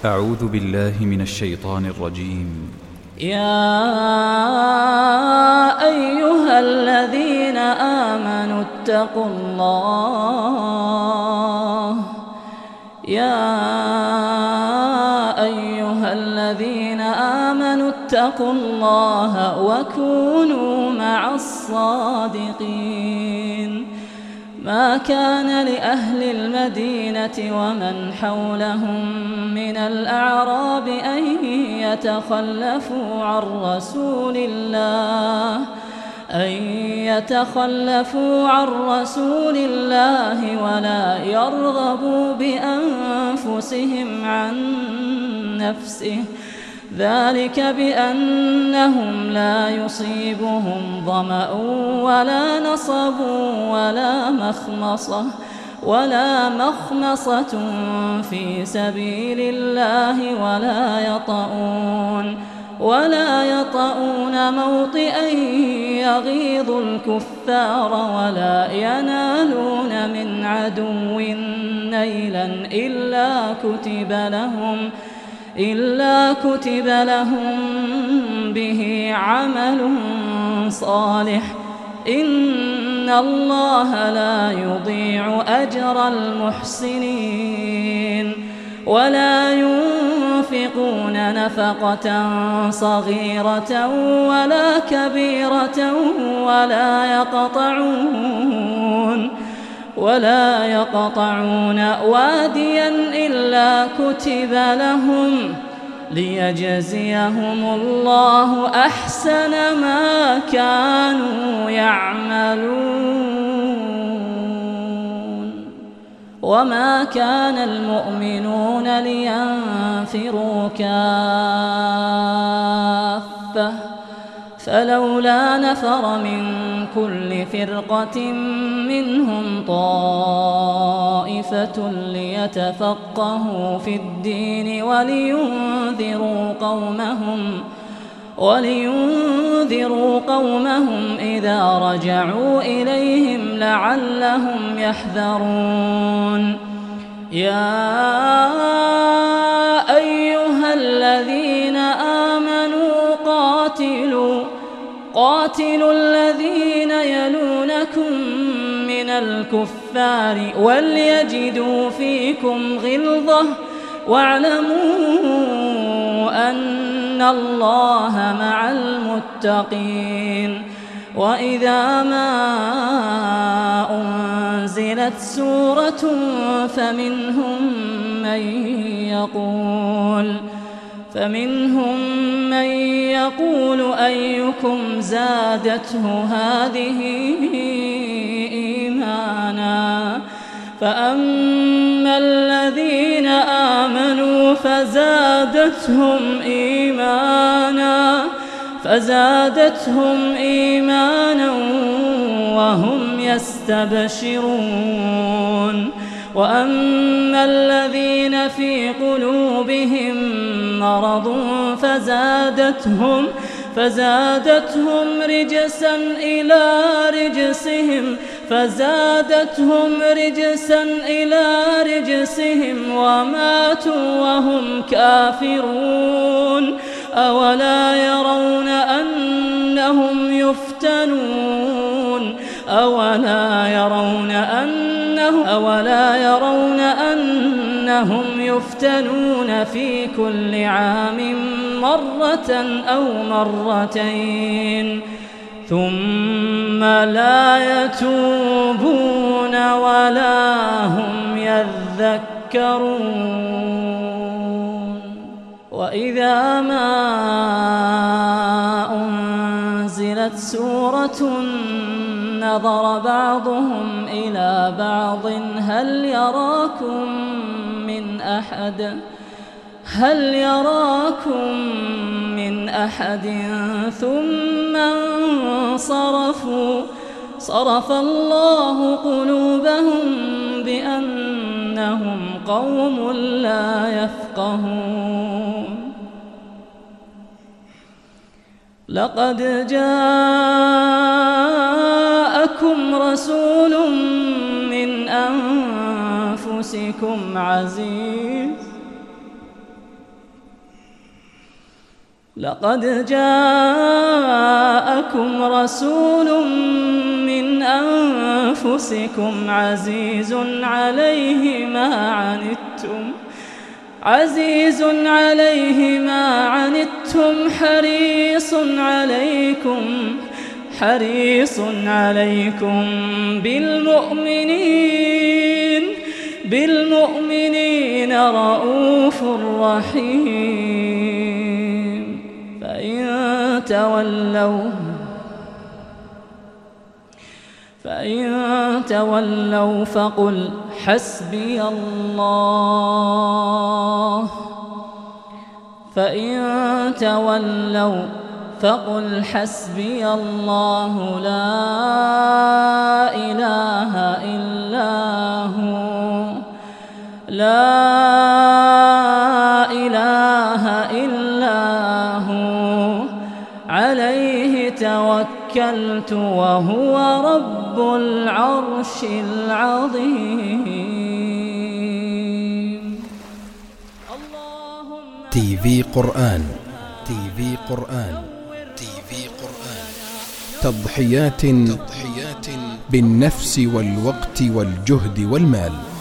أعوذ بالله من الشيطان الرجيم. يا أيها الذين آمنوا اتقوا الله وكونوا مع الصادقين. ما كان لأهل المدينة ومن حولهم من الأعراب أن يتخلفوا عن رسول الله ولا يرغبوا بأنفسهم عن نفسه، ذلك بأنهم لا يصيبهم ظمأ ولا نصب ولا مخمصة في سبيل الله ولا يطؤون موطئا يغيظ الكفار ولا ينالون من عدو نيلا إلا كتب لهم به عمل صالح. إن الله لا يضيع أجر المحسنين. ولا ينفقون نفقة صغيرة ولا كبيرة ولا يقطعون واديا إلا كتب لهم ليجزيهم الله أحسن ما كانوا يعملون. وما كان المؤمنون لينفروا كافة، فلولا نفر من كل فرقة منهم طائفة ليتفقهوا في الدين ولينذروا قومهم إذا رجعوا إليهم لعلهم يحذرون. يا أيها الذين آمنوا قاتلوا الذين يلونكم من الكفار وليجدوا فيكم غلظة واعلموا أن الله مع المتقين. وإذا ما أنزلت سورة فمنهم من يقول أيكم زادته هذه إيمانا، فأما الذين آمنوا فزادتهم إيمانا وهم يستبشرون. وأما الذين في قلوبهم مرض فزادتهم رجسا إلى رجسهم وماتوا وهم كافرون. أولا يرون أنهم يفتنون في كل عام مرة أو مرتين ثم لا يتوبون ولا هم يذكرون. وإذا ما أنزلت سورة نظر بعضهم إلى بعض هل يراكم من أحد ثم انصرفوا صرف الله قلوبهم بأنهم قوم لا يفقهون. لقد جاءكم رسول من أنفسكم لقد جاءكم رسول من أنفسكم عزيز عليه ما عنتم حريص عليكم بالمؤمنين رؤوف رحيم. فإن تولوا فقل حسبي الله لا إله إلا هو عليه توكلت وهو رب العرش العظيم. تي في قرآن تضحيات بالنفس والوقت والجهد والمال.